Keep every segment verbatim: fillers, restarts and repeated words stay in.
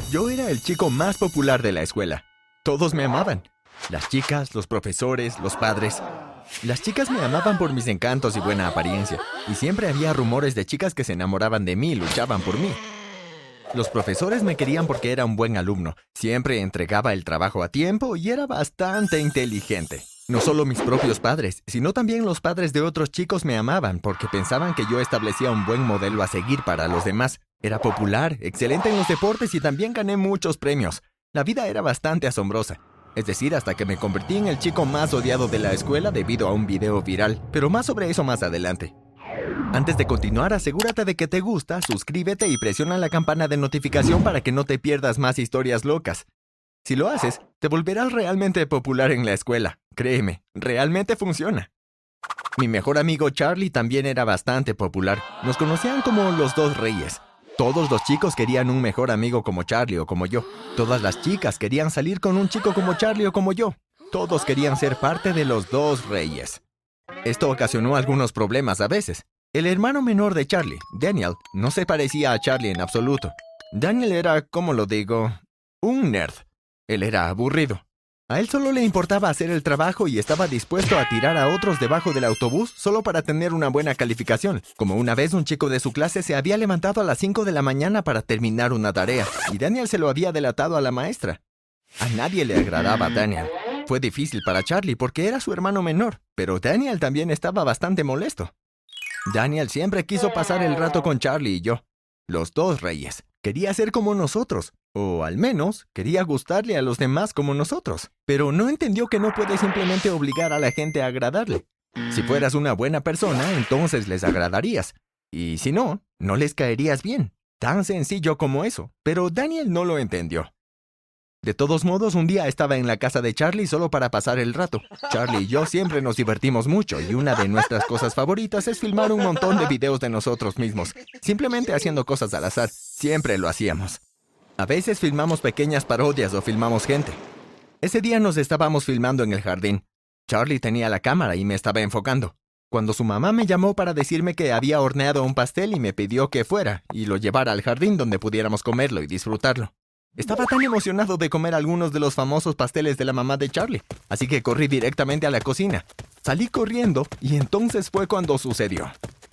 Yo era el chico más popular de la escuela. Todos me amaban. Las chicas, los profesores, los padres. Las chicas me amaban por mis encantos y buena apariencia. Y siempre había rumores de chicas que se enamoraban de mí y luchaban por mí. Los profesores me querían porque era un buen alumno. Siempre entregaba el trabajo a tiempo y era bastante inteligente. No solo mis propios padres, sino también los padres de otros chicos me amaban porque pensaban que yo establecía un buen modelo a seguir para los demás. Era popular, excelente en los deportes y también gané muchos premios. La vida era bastante asombrosa. Es decir, hasta que me convertí en el chico más odiado de la escuela debido a un video viral. Pero más sobre eso más adelante. Antes de continuar, asegúrate de que te gusta, suscríbete y presiona la campana de notificación para que no te pierdas más historias locas. Si lo haces, te volverás realmente popular en la escuela. Créeme, realmente funciona. Mi mejor amigo Charlie también era bastante popular. Nos conocían como los dos reyes. Todos los chicos querían un mejor amigo como Charlie o como yo. Todas las chicas querían salir con un chico como Charlie o como yo. Todos querían ser parte de los dos reyes. Esto ocasionó algunos problemas a veces. El hermano menor de Charlie, Daniel, no se parecía a Charlie en absoluto. Daniel era, ¿cómo lo digo?, un nerd. Él era aburrido. A él solo le importaba hacer el trabajo y estaba dispuesto a tirar a otros debajo del autobús solo para tener una buena calificación. Como una vez un chico de su clase se había levantado a las cinco de la mañana para terminar una tarea, y Daniel se lo había delatado a la maestra. A nadie le agradaba a Daniel. Fue difícil para Charlie porque era su hermano menor, pero Daniel también estaba bastante molesto. Daniel siempre quiso pasar el rato con Charlie y yo, los dos reyes. Quería ser como nosotros, o al menos quería gustarle a los demás como nosotros. Pero no entendió que no puede simplemente obligar a la gente a agradarle. Si fueras una buena persona, entonces les agradarías. Y si no, no les caerías bien. Tan sencillo como eso. Pero Daniel no lo entendió. De todos modos, un día estaba en la casa de Charlie solo para pasar el rato. Charlie y yo siempre nos divertimos mucho y una de nuestras cosas favoritas es filmar un montón de videos de nosotros mismos, simplemente haciendo cosas al azar. Siempre lo hacíamos. A veces filmamos pequeñas parodias o filmamos gente. Ese día nos estábamos filmando en el jardín. Charlie tenía la cámara y me estaba enfocando. Cuando su mamá me llamó para decirme que había horneado un pastel y me pidió que fuera y lo llevara al jardín donde pudiéramos comerlo y disfrutarlo. Estaba tan emocionado de comer algunos de los famosos pasteles de la mamá de Charlie, así que corrí directamente a la cocina. Salí corriendo y entonces fue cuando sucedió.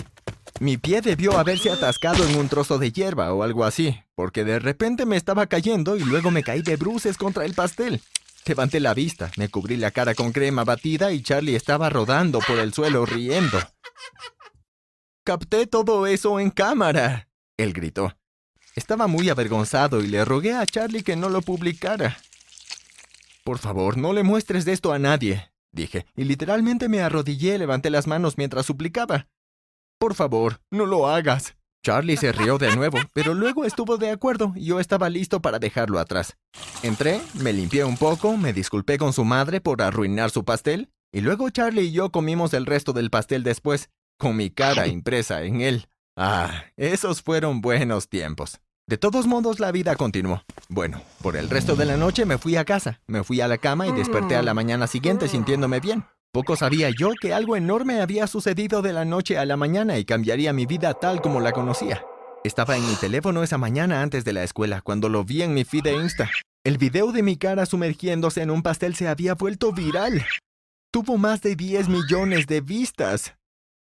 Mi pie debió haberse atascado en un trozo de hierba o algo así, porque de repente me estaba cayendo y luego me caí de bruces contra el pastel. Levanté la vista, me cubrí la cara con crema batida y Charlie estaba rodando por el suelo riendo. «Capté todo eso en cámara», él gritó. Estaba muy avergonzado y le rogué a Charlie que no lo publicara. «Por favor, no le muestres esto a nadie», dije, y literalmente me arrodillé y levanté las manos mientras suplicaba. «Por favor, no lo hagas». Charlie se rió de nuevo, pero luego estuvo de acuerdo y yo estaba listo para dejarlo atrás. Entré, me limpié un poco, me disculpé con su madre por arruinar su pastel, y luego Charlie y yo comimos el resto del pastel después, con mi cara impresa en él. Ah, esos fueron buenos tiempos. De todos modos, la vida continuó. Bueno, por el resto de la noche me fui a casa, me fui a la cama y desperté a la mañana siguiente sintiéndome bien. Poco sabía yo que algo enorme había sucedido de la noche a la mañana y cambiaría mi vida tal como la conocía. Estaba en mi teléfono esa mañana antes de la escuela cuando lo vi en mi feed de Insta. El video de mi cara sumergiéndose en un pastel se había vuelto viral. Tuvo más de diez millones de vistas.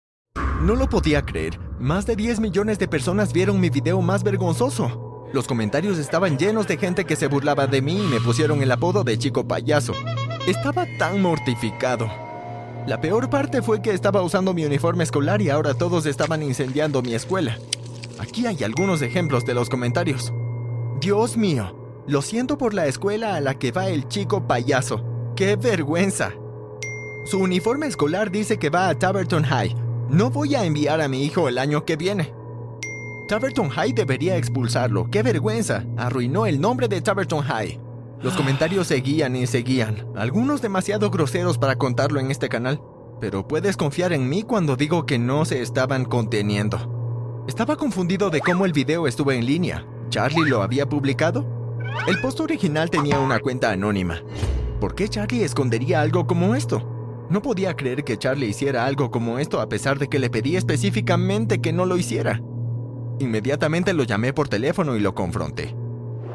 No lo podía creer. Más de diez millones de personas vieron mi video más vergonzoso. Los comentarios estaban llenos de gente que se burlaba de mí y me pusieron el apodo de chico payaso. Estaba tan mortificado. La peor parte fue que estaba usando mi uniforme escolar y ahora todos estaban incendiando mi escuela. Aquí hay algunos ejemplos de los comentarios. Dios mío, lo siento por la escuela a la que va el chico payaso. ¡Qué vergüenza! Su uniforme escolar dice que va a Taberton High. No voy a enviar a mi hijo el año que viene. Taberton High debería expulsarlo. ¡Qué vergüenza! Arruinó el nombre de Taberton High. Los comentarios seguían y seguían, algunos demasiado groseros para contarlo en este canal, pero puedes confiar en mí cuando digo que no se estaban conteniendo. Estaba confundido de cómo el video estuvo en línea. ¿Charlie lo había publicado? El post original tenía una cuenta anónima. ¿Por qué Charlie escondería algo como esto? No podía creer que Charlie hiciera algo como esto a pesar de que le pedí específicamente que no lo hiciera. Inmediatamente lo llamé por teléfono y lo confronté.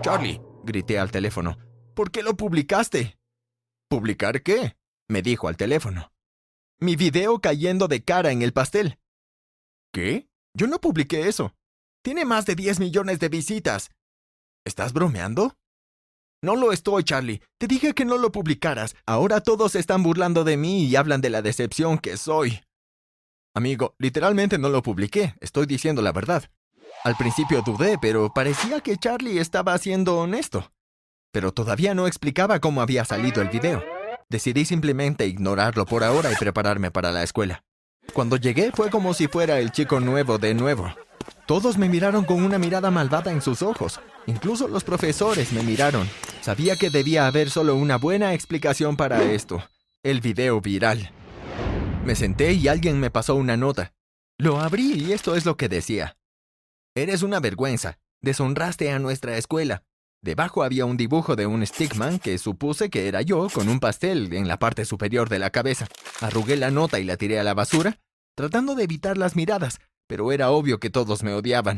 Charlie, grité al teléfono, ¿por qué lo publicaste? ¿Publicar qué?, me dijo al teléfono. Mi video cayendo de cara en el pastel. ¿Qué? Yo no publiqué eso. Tiene más de diez millones de visitas. ¿Estás bromeando? No lo estoy, Charlie. Te dije que no lo publicaras. Ahora todos se están burlando de mí y hablan de la decepción que soy. Amigo, literalmente no lo publiqué. Estoy diciendo la verdad. Al principio dudé, pero parecía que Charlie estaba siendo honesto. Pero todavía no explicaba cómo había salido el video. Decidí simplemente ignorarlo por ahora y prepararme para la escuela. Cuando llegué fue como si fuera el chico nuevo de nuevo. Todos me miraron con una mirada malvada en sus ojos. Incluso los profesores me miraron. Sabía que debía haber solo una buena explicación para esto. El video viral. Me senté y alguien me pasó una nota. Lo abrí y esto es lo que decía. Eres una vergüenza. Deshonraste a nuestra escuela. Debajo había un dibujo de un stickman que supuse que era yo con un pastel en la parte superior de la cabeza. Arrugué la nota y la tiré a la basura, tratando de evitar las miradas, pero era obvio que todos me odiaban.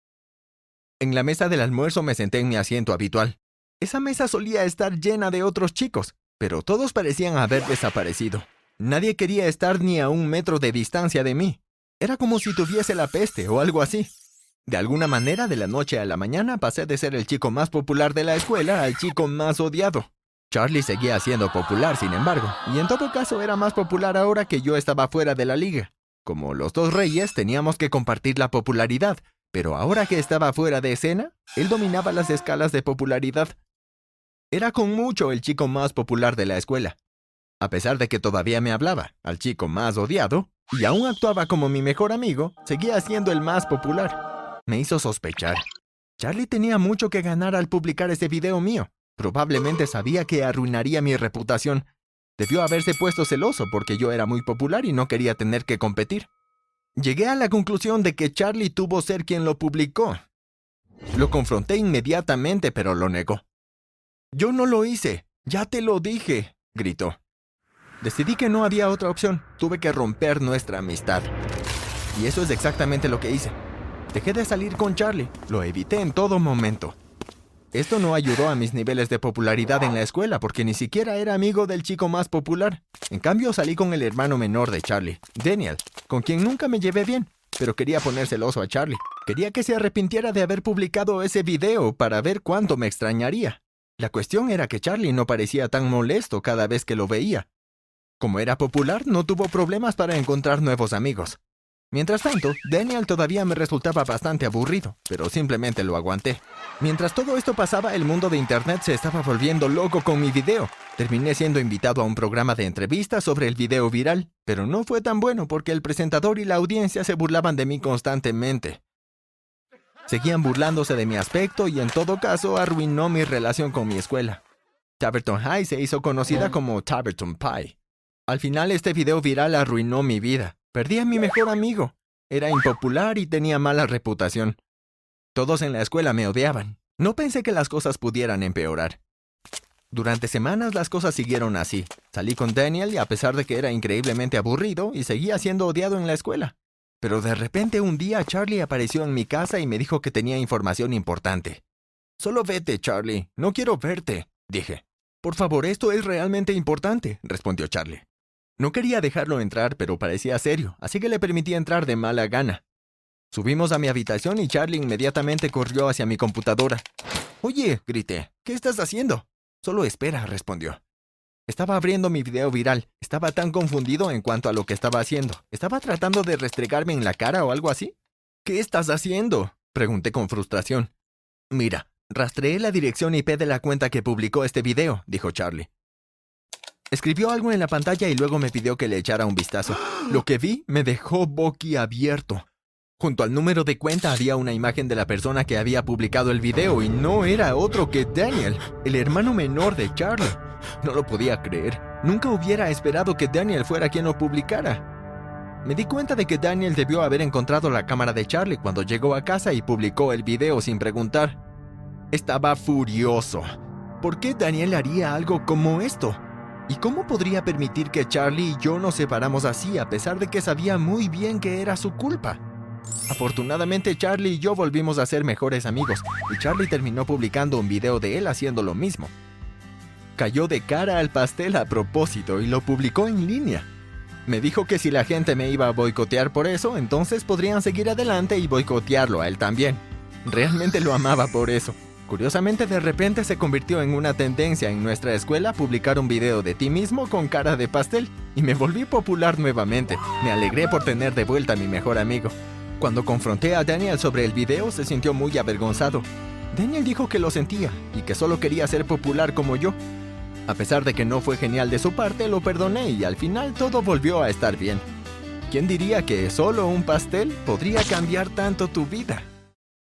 En la mesa del almuerzo me senté en mi asiento habitual. Esa mesa solía estar llena de otros chicos, pero todos parecían haber desaparecido. Nadie quería estar ni a un metro de distancia de mí. Era como si tuviese la peste o algo así. De alguna manera, de la noche a la mañana, pasé de ser el chico más popular de la escuela al chico más odiado. Charlie seguía siendo popular, sin embargo, y en todo caso era más popular ahora que yo estaba fuera de la liga. Como los dos reyes, teníamos que compartir la popularidad, pero ahora que estaba fuera de escena, él dominaba las escalas de popularidad. Era con mucho el chico más popular de la escuela. A pesar de que todavía me hablaba al chico más odiado, y aún actuaba como mi mejor amigo, seguía siendo el más popular. Me hizo sospechar. Charlie tenía mucho que ganar al publicar ese video mío. Probablemente sabía que arruinaría mi reputación. Debió haberse puesto celoso porque yo era muy popular y no quería tener que competir. Llegué a la conclusión de que Charlie tuvo ser quien lo publicó. Lo confronté inmediatamente, pero lo negó. «Yo no lo hice, ya te lo dije», gritó. Decidí que no había otra opción. Tuve que romper nuestra amistad. Y eso es exactamente lo que hice. Dejé de salir con Charlie. Lo evité en todo momento. Esto no ayudó a mis niveles de popularidad en la escuela porque ni siquiera era amigo del chico más popular. En cambio, salí con el hermano menor de Charlie, Daniel, con quien nunca me llevé bien, pero quería poner celoso a Charlie. Quería que se arrepintiera de haber publicado ese video para ver cuánto me extrañaría. La cuestión era que Charlie no parecía tan molesto cada vez que lo veía. Como era popular, no tuvo problemas para encontrar nuevos amigos. Mientras tanto, Daniel todavía me resultaba bastante aburrido, pero simplemente lo aguanté. Mientras todo esto pasaba, el mundo de internet se estaba volviendo loco con mi video. Terminé siendo invitado a un programa de entrevistas sobre el video viral, pero no fue tan bueno porque el presentador y la audiencia se burlaban de mí constantemente. Seguían burlándose de mi aspecto y en todo caso arruinó mi relación con mi escuela. Taberton High se hizo conocida como Taberton Pie. Al final este video viral arruinó mi vida. Perdí a mi mejor amigo. Era impopular y tenía mala reputación. Todos en la escuela me odiaban. No pensé que las cosas pudieran empeorar. Durante semanas las cosas siguieron así. Salí con Daniel y a pesar de que era increíblemente aburrido y seguía siendo odiado en la escuela. Pero de repente un día Charlie apareció en mi casa y me dijo que tenía información importante. «Solo vete, Charlie. No quiero verte», dije. «Por favor, esto es realmente importante», respondió Charlie. No quería dejarlo entrar, pero parecía serio, así que le permití entrar de mala gana. Subimos a mi habitación y Charlie inmediatamente corrió hacia mi computadora. «Oye», grité, «¿qué estás haciendo?» «Solo espera», respondió. Estaba abriendo mi video viral. Estaba tan confundido en cuanto a lo que estaba haciendo. ¿Estaba tratando de restregarme en la cara o algo así? «¿Qué estás haciendo?», pregunté con frustración. «Mira, rastreé la dirección I P de la cuenta que publicó este video», dijo Charlie. Escribió algo en la pantalla y luego me pidió que le echara un vistazo. Lo que vi me dejó boquiabierto. Junto al número de cuenta había una imagen de la persona que había publicado el video y no era otro que Daniel, el hermano menor de Charlie. No lo podía creer. Nunca hubiera esperado que Daniel fuera quien lo publicara. Me di cuenta de que Daniel debió haber encontrado la cámara de Charlie cuando llegó a casa y publicó el video sin preguntar. Estaba furioso. ¿Por qué Daniel haría algo como esto? ¿Y cómo podría permitir que Charlie y yo nos separamos así a pesar de que sabía muy bien que era su culpa? Afortunadamente, Charlie y yo volvimos a ser mejores amigos, y Charlie terminó publicando un video de él haciendo lo mismo. Cayó de cara al pastel a propósito y lo publicó en línea. Me dijo que si la gente me iba a boicotear por eso, entonces podrían seguir adelante y boicotearlo a él también. Realmente lo amaba por eso. Curiosamente, de repente se convirtió en una tendencia en nuestra escuela publicar un video de ti mismo con cara de pastel, y me volví popular nuevamente. Me alegré por tener de vuelta a mi mejor amigo. Cuando confronté a Daniel sobre el video, se sintió muy avergonzado. Daniel dijo que lo sentía y que solo quería ser popular como yo. A pesar de que no fue genial de su parte, lo perdoné y al final todo volvió a estar bien. ¿Quién diría que solo un pastel podría cambiar tanto tu vida?